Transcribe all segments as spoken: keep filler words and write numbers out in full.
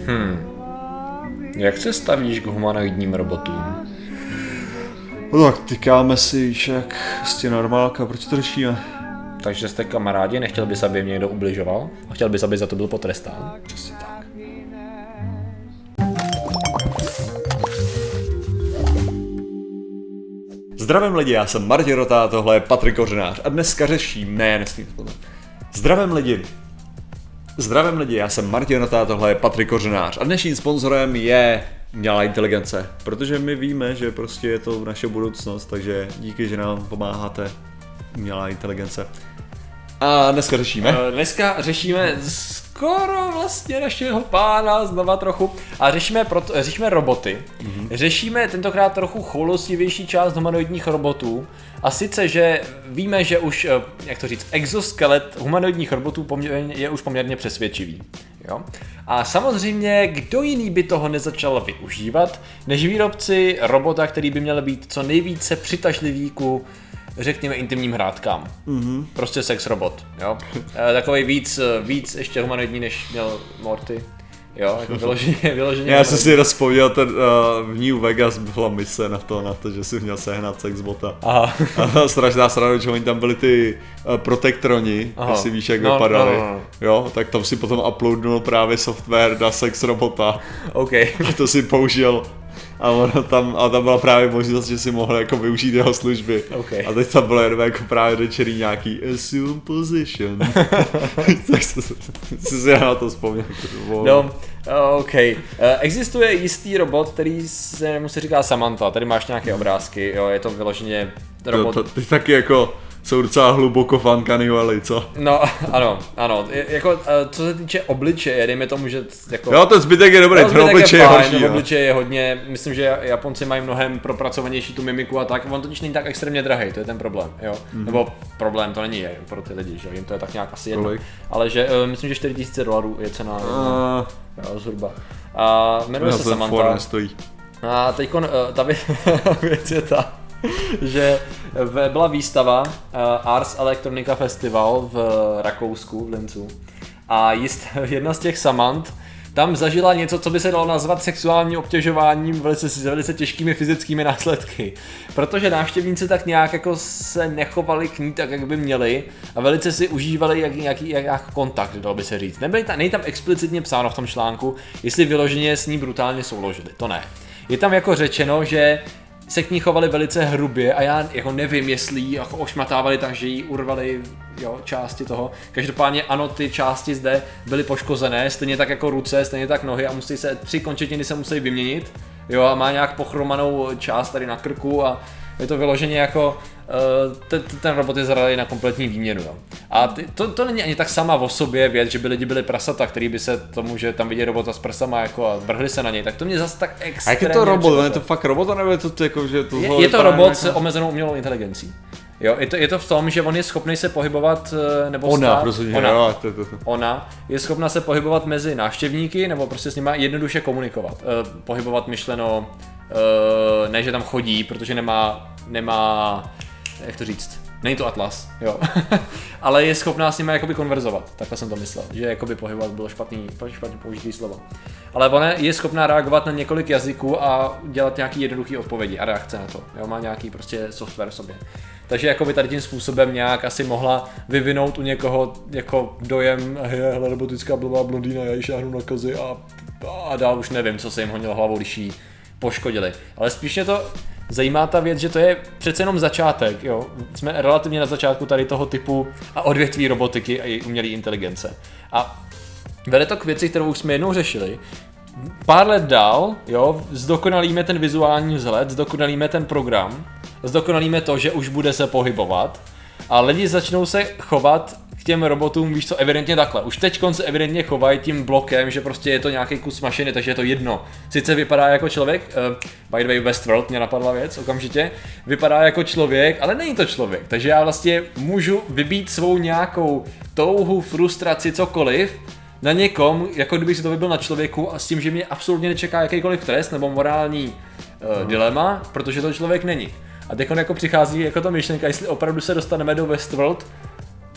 Hmm. Jak se stavíš k humanoidním robotům? No tak tykáme si, jak jste normálka, proč to řešíme? Takže jste kamarádi, nechtěl bys, aby mě někdo ubližoval? A chtěl bys, aby za to byl potrestán? Přesně tak. Zdravím lidi, já jsem Martin Rota, tohle je Patrik Kořenář a dneska řeším, ne, nesmím to. Zdravím lidi. Zdravím lidi, já jsem Martin Rota, tohle je Patrik Kořenář a dnešním sponzorem je umělá inteligence, protože my víme, že prostě je to naše budoucnost, takže díky, že nám pomáháte, umělá inteligence. A dneska řešíme? Dneska řešíme skoro vlastně našeho pána znova trochu a řešíme, proto, řešíme roboty. Mm-hmm. Řešíme tentokrát trochu choulostivější část humanoidních robotů a sice, že víme, že už, jak to říct, exoskelet humanoidních robotů je už poměrně přesvědčivý. Jo? A samozřejmě, kdo jiný by toho nezačal využívat, než výrobci robota, který by měl být co nejvíce přitažlivý ku, řekněme, intimním hrádkám. Mm-hmm. Prostě sex robot, jo. E, takovej víc, víc ještě humanoidní, než měl Morty. Jo, jako vyloženě, vyloženě. Já jsem si rozpomněl, ten uh, v New Vegas byla mise na to, na to, že si měl sehnat sexbota. Aha. A strašná sranda, že oni tam byli ty uh, protektroni, jestli víš, jak no, vypadali. No, no, no. Jo, tak tam si potom uploadnul právě software na sex robota. OK. A to si použil. A ono tam, a tam byla právě možnost, že si mohl jako využít jeho služby. Okay. A teď tam bylo jenom jako právě dočerý nějaký assume position. Tak si si na to vzpomněl. No, ok. Existuje jistý robot, který se mu se říká Samantha. Tady máš nějaké obrázky, jo, je to vyloženě robot. To, to, ty taky jako jsou docela hluboko v Uncanny Valley, co? No, ano, ano. Jako, co se týče obličeje, dejme tomu, že jako... Jo, ten zbytek je dobrý, ten obličej je horší. Obličej je hodně, myslím, že Japonci mají mnohem propracovanější tu mimiku a tak, on totiž není tak extrémně drahej, to je ten problém, jo. Mm-hmm. Nebo problém to není, je, pro ty lidi, že jim to je tak nějak asi jedno. Kolik? Ale že, uh, myslím, že čtyři tisíce dolarů je cena, uh... jo, zhruba. A jmenuje se Samantha. A teďkon, uh, ta věc je ta, že byla výstava uh, Ars Electronica Festival v Rakousku, v Lincu. A jist, jedna z těch Samant tam zažila něco, co by se dalo nazvat sexuálním obtěžováním velice, velice těžkými fyzickými následky. Protože návštěvníci tak nějak jako se nechovali k ní tak, jak by měli a velice si užívali jak, nějaký jak kontakt, dalo by se říct. Nebyli tam, není tam explicitně psáno v tom článku, jestli vyloženě s ní brutálně souložili, to ne. Je tam jako řečeno, že se k ní chovali velice hrubě a já jako nevím, jestli ji jako ošmatávali tak, že jí urvali, jo, části toho. Každopádně ano, ty části zde byly poškozené, stejně tak jako ruce, stejně tak nohy a musí se, tři končetiny se musí vyměnit, jo, a má nějak pochromanou část tady na krku a je to vyloženě jako, uh, ten, ten robot je zadali na kompletní výměnu, jo. A ty, to, to není ani tak sama o sobě věc, že by lidi byli prasata, který by se tomu, že tam viděli robota s prsama jako a vrhli se na něj, tak to mě zase tak extrémně. A jak je to robot? Je to fakt robot, nebo je to jako, že to je, je to robot nějaká... s omezenou umělou inteligencí. Jo, je to, je to v tom, že on je schopný se pohybovat, nebo ona, stát, prostě, ona, jo, to, to, to. ona je schopna se pohybovat mezi návštěvníky, nebo prostě s nima jednoduše komunikovat. Uh, pohybovat myšleno, uh, ne, že tam chodí, protože nemá, nemá, jak to říct, není to Atlas, jo, ale je schopná s nimi jakoby konverzovat, takhle jsem to myslel, že jakoby pohybovat bylo špatný, špatně použitý slovo. Ale ona je schopná reagovat na několik jazyků a dělat nějaký jednoduchý odpovědi a reakce na to, jo, má nějaký prostě software v sobě. Takže jakoby tady tím způsobem nějak asi mohla vyvinout u někoho jako dojem, hele, robotická blbá blondýna, já ji šáhnu na kozy a, a dál už nevím, co se jim honilo hlavou, když jí poškodili. Ale spíš mě to zajímá ta věc, že to je přece jenom začátek, jo. Jsme relativně na začátku tady toho typu a odvětví robotiky a její umělé inteligence. A vede to k věci, kterou už jsme jednou řešili. Pár let dál, jo, zdokonalíme ten vizuální vzhled, zdokonalíme ten program, zdokonalíme to, že už bude se pohybovat a lidi začnou se chovat k těm robotům, víš co, evidentně takhle. Už teďkon se evidentně chovají tím blokem, že prostě je to nějaký kus mašiny, takže je to jedno. Sice vypadá jako člověk, uh, by the way Westworld mě napadla věc okamžitě, vypadá jako člověk, ale není to člověk, takže já vlastně můžu vybít svou nějakou touhu, frustraci, cokoliv, na někom, jako kdybych si to vybil na člověku a s tím, že mě absolutně nečeká jakýkoliv trest nebo morální uh, dilema, protože to člověk není. A teď jako přichází jako ta myšlenka, jestli opravdu se dostaneme do Westworld,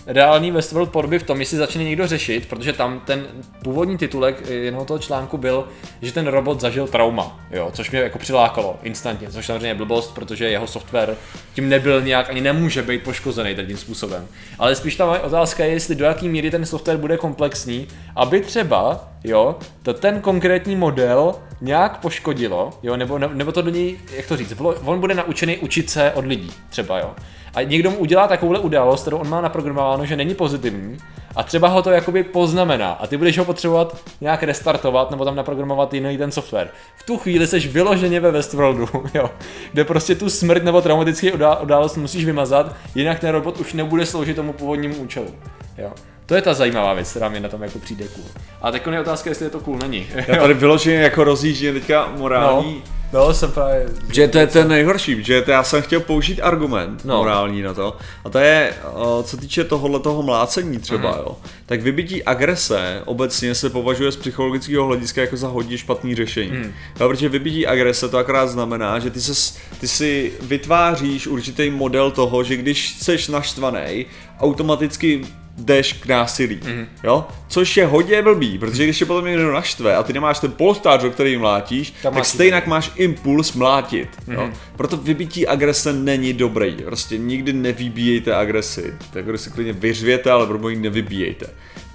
reální Westworld podoby v tom, jestli začne někdo řešit, protože tam ten původní titulek jednoho toho článku byl, že ten robot zažil trauma, jo, což mě jako přilákalo instantně, což samozřejmě je blbost, protože jeho software tím nebyl nějak, ani nemůže být poškozený tím způsobem. Ale spíš ta moje otázka je, jestli do jaký míry ten software bude komplexní, aby třeba, jo, to ten konkrétní model nějak poškodilo, jo, nebo, nebo to do něj, jak to říct, on bude naučený učit se od lidí, třeba, jo. A někdo mu udělá takovouhle událost, kterou on má naprogramováno, že není pozitivní a třeba ho to jakoby poznamená a ty budeš ho potřebovat nějak restartovat nebo tam naprogramovat jiný ten software. V tu chvíli seš vyloženě ve Westworldu, jo, kde prostě tu smrt nebo traumatický událost musíš vymazat, jinak ten robot už nebude sloužit tomu původnímu účelu, jo. To je ta zajímavá věc, která mě na tom jako přijde cool. A teď je otázka, jestli je to cool, není. Já tady vyloženě jako rozjíždím teďka morální. No, no jsem právě... Že to je ten nejhorší, že to já jsem chtěl použít argument no. morální na to. A to je, co týče tohohle toho mlácení třeba, mm. jo. Tak vybití agrese obecně se považuje z psychologického hlediska jako za hodně špatný řešení. Mm. Jo, protože vybití agrese to akorát znamená, že ty, ses, ty si vytváříš určitý model toho, že když seš naštvaný, automaticky jdeš k násilí, mm-hmm. jo? Což je hodně blbý, protože když je potom někdo naštve a ty nemáš ten polštář, o který mlátíš, Tam tak stejně máš impuls mlátit, mm-hmm. jo? Proto vybití agrese není dobrý, prostě nikdy nevybíjejte agresi, tak si klidně vyřvěte, ale pro bojí nevybíjejte.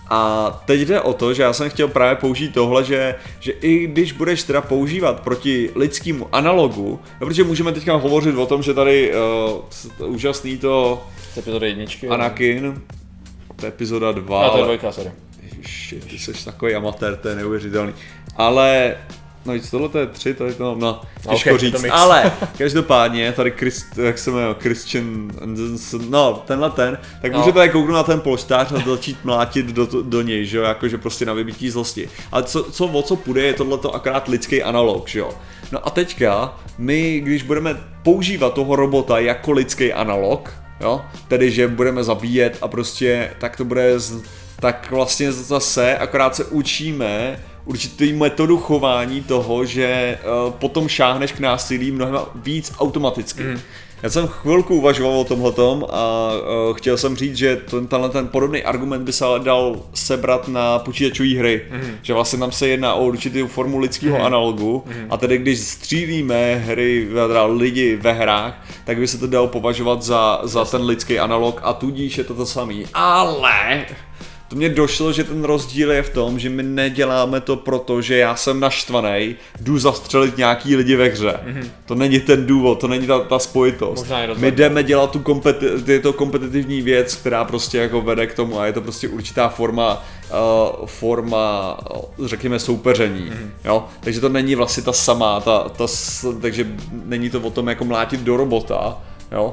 A teď jde o to, že já jsem chtěl právě použít tohle, že, že i když budeš teda používat proti lidskému analogu, no, protože můžeme teďka hovořit o tom, že tady uh, úžasný to epizody jedničky, Anakin, to je epizoda dva. No, to je dvojka, sorry. Ježiši, ty jsi takový amatér, to je neuvěřitelný. Ale, no víc, tohle to je tři, tady to, no, těžko okay, říct. Ale, každopádně, tady Chris, jak se jmenuje, Christian Anderson, no, tenhle ten, tak no. můžete tady kouknout na ten polštář a začít mlátit do, do něj, že jo, jakože prostě na vybití zlosti. Ale co, co, o co půjde, je tohleto akorát lidský analog, že jo. No a teďka, my, když budeme používat toho robota jako lidský analog, jo, tedy že budeme zabíjet a prostě tak to bude, z, tak vlastně zase akorát se učíme určitý metodu chování toho, že uh, potom šáhneš k násilí mnohem víc automaticky. Mm. Já jsem chvilku uvažoval o tomhletom a uh, chtěl jsem říct, že ten, tenhle ten podobný argument by se dal sebrat na počítačové hry, mm. že vlastně tam se jedná o určitou formu lidského mm. analogu mm. a tedy když střílíme hry, teda lidi ve hrách, tak by se to dalo považovat za, za ten lidský analog a tudíž je to to samý. Ale to mně došlo, že ten rozdíl je v tom, že my neděláme to proto, že já jsem naštvaný, jdu zastřelit nějaký lidi ve hře. Mm-hmm. To není ten důvod, to není ta, ta spojitost. My jdeme dělat tu kompeti- je to kompetitivní věc, která prostě jako vede k tomu a je to prostě určitá forma, uh, forma řekněme soupeření. Mm-hmm. Jo? Takže to není vlastně ta samá, ta, ta, takže není to o tom jako mlátit do robota. Jo?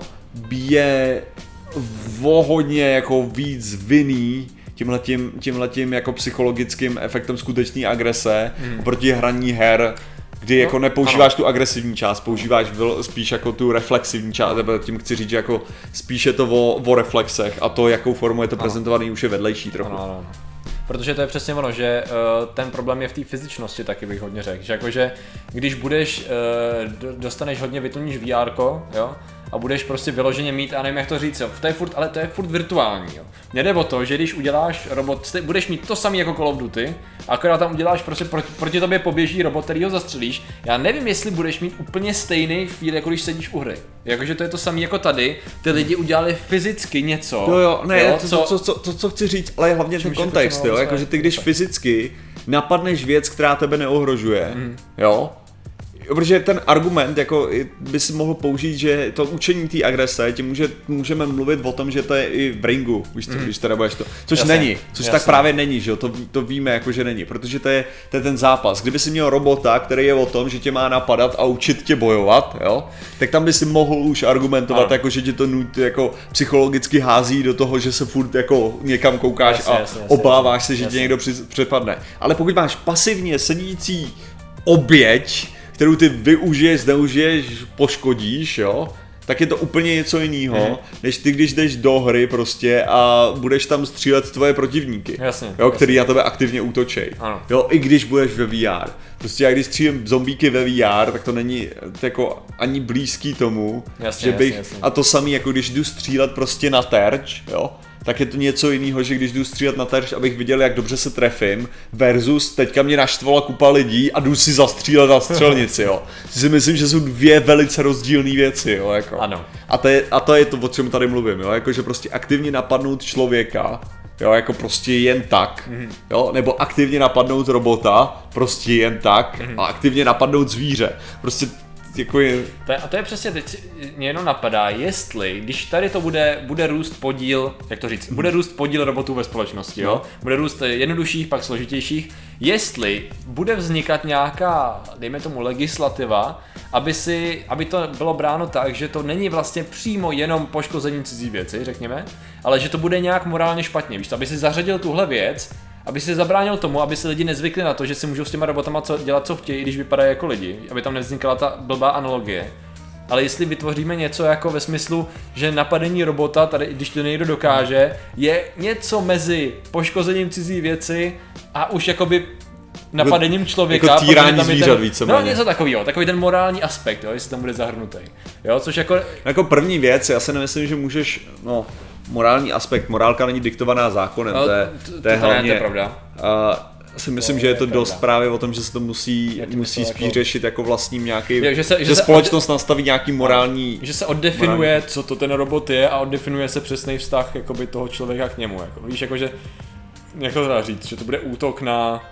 Je vohodně jako víc vinný tímhletím, tímhletím jako psychologickým efektem skutečné agrese mm. oproti hraní her, kdy no, jako nepoužíváš ano. tu agresivní část, používáš spíš jako tu reflexivní část, nebo tím chci říct, že jako spíš je to o, o reflexech a to, jakou formou je to prezentovaný, už je vedlejší trochu. Ano, ano. Protože to je přesně ono, že uh, ten problém je v té fyzičnosti, taky bych hodně řekl, že jakože když budeš, uh, dostaneš hodně, vytuníš vé érko, jo, a budeš prostě vyloženě mít, a nevím jak to říct, jo, to je furt, ale to je furt virtuální, jo. Mně jde o to, že když uděláš robot, budeš mít to samé jako Call of Duty, akorát tam uděláš prostě proti, proti tobě poběží robot, který ho zastřelíš. Já nevím, jestli budeš mít úplně stejný feel, jako když sedíš u hry. Jakože to je to samé jako tady, ty lidi udělali fyzicky něco. Jo jo, ne, jo, to, co, co, co, to, co chci říct, ale je hlavně ten kontext, jo, jakože ty když fyzicky napadneš věc, která tebe neohrožuje, mm. jo, protože ten argument jako by si mohl použít, že to učení té agrese, tím může, můžeme mluvit o tom, že to je i v ringu, víš co, mm. když teda budeš to, což jasně, není, což jasně. tak právě není, že jo, to, to víme jako, že není, protože to je, to je ten zápas. Kdyby si měl robota, který je o tom, že tě má napadat a učit tě bojovat, jo, tak tam by si mohl už argumentovat, jako, že tě to nut, jako psychologicky hází do toho, že se furt jako někam koukáš jasně, a jasně, obáváš jasně, se, že jasně. tě někdo přepadne. Ale pokud máš pasivně sedící oběť, kterou ty využiješ, zneužiješ, poškodíš, jo, tak je to úplně něco jiného, mm. než ty, když jdeš do hry prostě a budeš tam střílet tvoje protivníky, jasně, jo, jasně. který na tebe aktivně útočí. Jo, i když budeš ve V R. Prostě já když střílím zombíky ve V R, tak to není jako ani blízký tomu, jasně, že bych, jasně, jasně. a to samý jako když jdu střílet prostě na terč, jo, tak je to něco jiného, že když jdu střílet na terč, abych viděl, jak dobře se trefím, versus teďka mě naštvala kupa lidí a jdu si zastřílet na střelnici, jo. Si myslím, že jsou dvě velice rozdílné věci, jo, jako. Ano. A to je, a to je to, o čem tady mluvím, jo, jako že prostě aktivně napadnout člověka, jo, jako prostě jen tak, mm. jo, nebo aktivně napadnout robota, prostě jen tak, mm. a aktivně napadnout zvíře, prostě jako je... To je, a to je přesně, teď mě jenom napadá, jestli, když tady to bude, bude růst podíl, jak to říct, bude růst podíl robotů ve společnosti, jo, bude růst jednodušších, pak složitějších, jestli bude vznikat nějaká, dejme tomu, legislativa, aby si, aby to bylo bráno tak, že to není vlastně přímo jenom poškození cizí věci, řekněme, ale že to bude nějak morálně špatně, víš, aby si zařadil tuhle věc, aby si zabránil tomu, aby si lidi nezvykli na to, že si můžou s těma robotama co, dělat co chtějí, když vypadají jako lidi, aby tam nevznikala ta blbá analogie. Ale jestli vytvoříme něco jako ve smyslu, že napadení robota, tady když to někdo dokáže, je něco mezi poškozením cizí věci a už jakoby napadením člověka. Jako týrání zvířat víceméně. No něco takového, takový ten morální aspekt, jo, jestli tam bude zahrnutý. Jo, což jako... Jako první věc, já si nemyslím, že můžeš, no, morální aspekt, morálka není diktovaná zákonem, no, to je, to, to je hlavně... To je pravda. Uh, si myslím, to že je to je dost pravda. Právě o tom, že se to musí, musí spíš jako... řešit jako vlastním nějaký, jo, že, se, že, že společnost od... nastaví nějaký morální... Že se oddefinuje, morální... co to ten robot je a oddefinuje se přesný vztah jakoby toho člověka k němu, jako. Víš, jakože, jak to dá říct, že to bude útok na,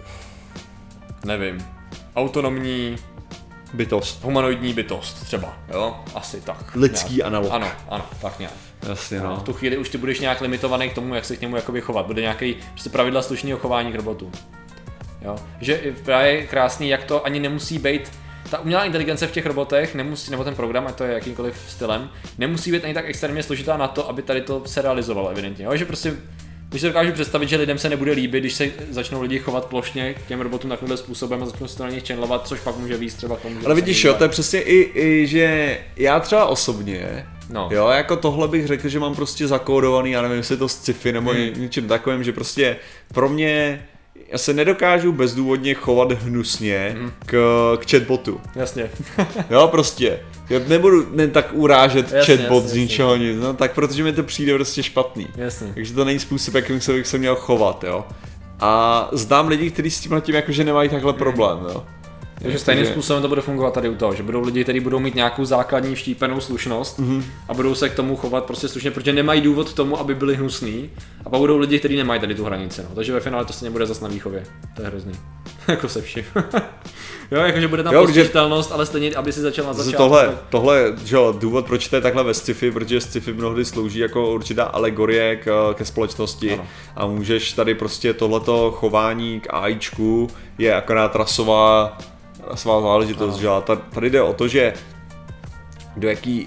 nevím, autonomní bytost. Humanoidní bytost třeba, jo, asi tak. Lidský nějak. analog. Ano, ano, tak nějak. Jasně, no. V tu chvíli už ty budeš nějak limitovaný k tomu, jak se k němu jakoby chovat. Bude nějaký prostě pravidla slušného chování k robotům. Jo, že právě je krásný, jak to ani nemusí být, ta umělá inteligence v těch robotech nemusí, nebo ten program, a to je jakýmkoliv stylem, nemusí být ani tak extrémně složitá na to, aby tady to se realizovalo evidentně, jo, že prostě když si dokážu představit, že lidem se nebude líbit, když se začnou lidi chovat plošně k těm robotům takovýmhle způsobem a začnou se to na nich channelovat, což pak může víc třeba k tomu. Ale vidíš, jo, to je přesně i, i že já třeba osobně, no. jo, jako tohle bych řekl, že mám prostě zakódovaný, já nevím, jestli to z sci-fi nebo hmm. něčím takovým, že prostě pro mě, já se nedokážu bezdůvodně chovat hnusně hmm. k, k chatbotu. Jasně. Jo, prostě. Já nebudu ne tak urážet jasně, chatbot jasně, z ničeho nic, no tak protože mi to přijde prostě špatný. Jasně. Takže to není způsob, jakým se bych se měl chovat, jo. A znám lidi, kteří s tímhle tím jakože nemají takhle problém, jo. Takže stejným způsobem to bude fungovat tady u toho, že budou lidi, kteří budou mít nějakou základní vštípenou slušnost mm-hmm. a budou se k tomu chovat prostě slušně, protože nemají důvod k tomu, aby byli hnusní, a pak budou lidi, kteří nemají tady tu hranici, no. Takže ve finále to stejně bude zas na výchově. To je hrozný. Jako se vším. Jo, jakože bude tam postižitelnost, ale stejně, aby si začal na začátku. Tohle, tak... tohle, že jo, důvod, proč to je takhle ve sci-fi, protože sci-fi mnohdy slouží jako určitá alegorie k, ke společnosti. Ano. A můžeš tady prostě tohleto chování k AIčku je akorát rasová, rasová záležitost, že jo. Tady jde o to, že do jaký,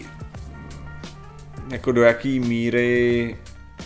jako do jaký míry,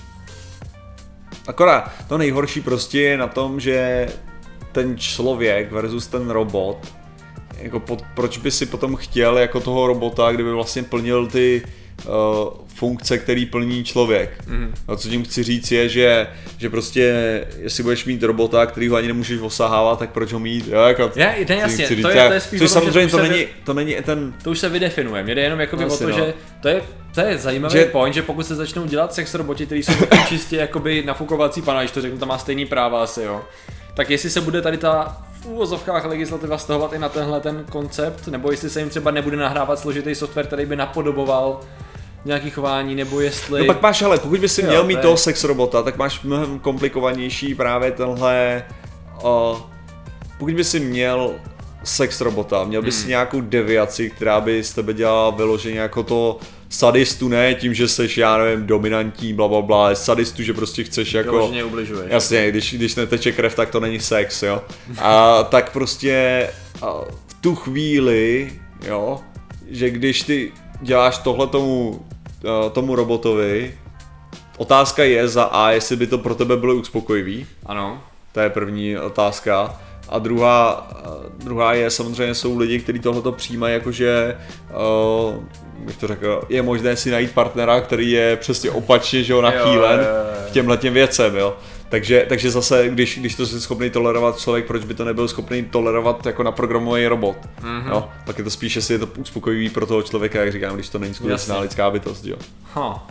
akorát to nejhorší prostě je na tom, že ten člověk versus ten robot, jako pod, proč by si potom chtěl jako toho robota, kdyby vlastně plnil ty uh, funkce, který plní člověk. Mm. A co tím chci říct je, že, že prostě jestli budeš mít robota, který ho ani nemůžeš osahávat, tak proč ho mít? Jo, jako, je, to je jasně, to je, to je spíš což samozřejmě to, to není, to není ten... To už se vydefinuje, mě jde jenom jakoby asi, o to, no. že to je, to je zajímavý že... point, že pokud se začnou dělat sex roboti, který jsou čistě jakoby nafukovací pana, když to řeknu, tam má stejný práva asi, jo. Tak jestli se bude tady ta v úvozovkách legislativa stahovat i na tenhle ten koncept, nebo jestli se jim třeba nebude nahrávat složitý software, který by napodoboval nějaký chování, nebo jestli... No pak máš, ale pokud by si jo, měl mít je... toho sex robota, tak máš mnohem komplikovanější právě tenhle... Uh, pokud by si měl sex robota, měl by si hmm. nějakou deviaci, která by z tebe dělala vyloženě jako to sadistu, ne tím, že seš, já nevím, dominantní, blablabla, bla, bla, sadistu, že prostě chceš jako... Vyloženě ubližuješ. Jasně, když, když neteče krev, tak to není sex, jo. A tak prostě a v tu chvíli, jo, že když ty děláš tohle tomu, tomu robotovi, otázka je za A, jestli by to pro tebe bylo uspokojivý. Ano. To je první otázka. A druhá, druhá je, samozřejmě jsou lidi, kteří tohleto přijímají jakože, uh, bych to řekl, je možné si najít partnera, který je přesně opačně, že jo, nachýlen jo, jo, jo. k těmhletěm věcem, jo. Takže, takže zase, když, když to je schopný tolerovat člověk, proč by to nebyl schopný tolerovat jako naprogramovaný robot, mm-hmm. jo. Tak je to spíš, jestli je to uspokojivý pro toho člověka, jak říkám, když to není skutečná lidská bytost, jo. Huh.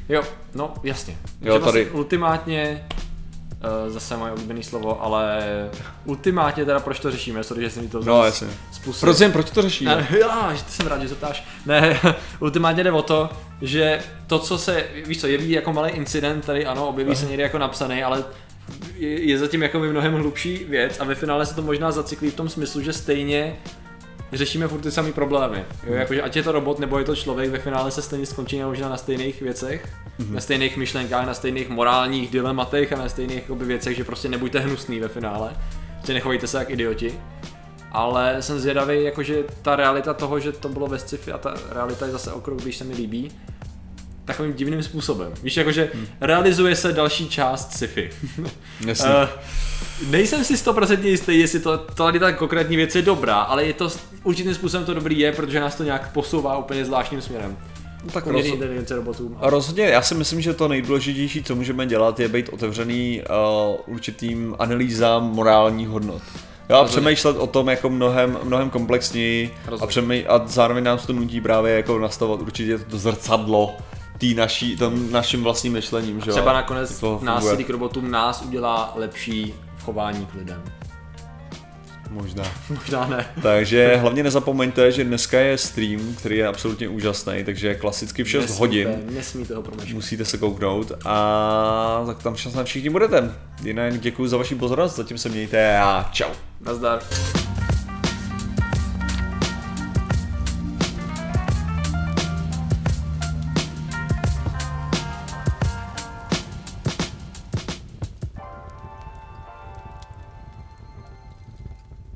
Jo, no jasně. Jo, vlastně tady... ultimátně, uh, zase moje oblíbené slovo, ale ultimátně teda proč to řešíme, sorry, že jsem mi to vzal. No jasně. Proč, proč to řešíme? Ne, já, že jsem rád, že se ptáš. Ne, ultimátně jde o to, že to, co se, víš co, jeví jako malý incident, tady ano, objeví Aha. se někde jako napsaný, ale je, je zatím jako mnohem hlubší věc a ve finále se to možná zacyklí v tom smyslu, že stejně řešíme furt ty samý problémy. Jo, jakože ať je to robot nebo je to člověk, ve finále se stejně skončí možná na stejných věcech, mm-hmm. na stejných myšlenkách, na stejných morálních dilematech a na stejných jakoby, věcech, že prostě nebuďte hnusný ve finále, že nechovejte se jak idioti. Ale jsem zvědavý, jakože ta realita toho, že to bylo ve sci-fi a ta realita je zase okruh, když se mi líbí, takovým divným způsobem. Víš, jakože hmm. realizuje se další část sci-fi. Jasně. uh, nejsem si sto procent jistý, jestli to, tady ta konkrétní věc je dobrá, ale je to určitým způsobem to dobrý je, protože nás to nějak posouvá úplně zvláštním směrem. No tak roz... inteligence robotům. Rozhodně, já si myslím, že to nejdůležitější, co můžeme dělat, je být otevřený uh, určitým analýzám morálních hodnot. Jo, a přemýšlet o tom jako mnohem, mnohem komplexněji a, přemý... a zároveň nám to nutí právě jako nastavovat určitě to zrcadlo tý naší, tom naším vlastním myšlením, že jo. Třeba nakonec násilí k robotům nás udělá lepší v chování k lidem. Možná. Možná ne. Takže hlavně nezapomeňte, že dneska je stream, který je absolutně úžasný, takže klasicky v šest nesmíte, hodin. Nesmíte ho promeškat. Musíte se kouknout a tak tam všichni budete. Jinak děkuji za vaši pozornost, zatím se mějte a čau. Nazdar.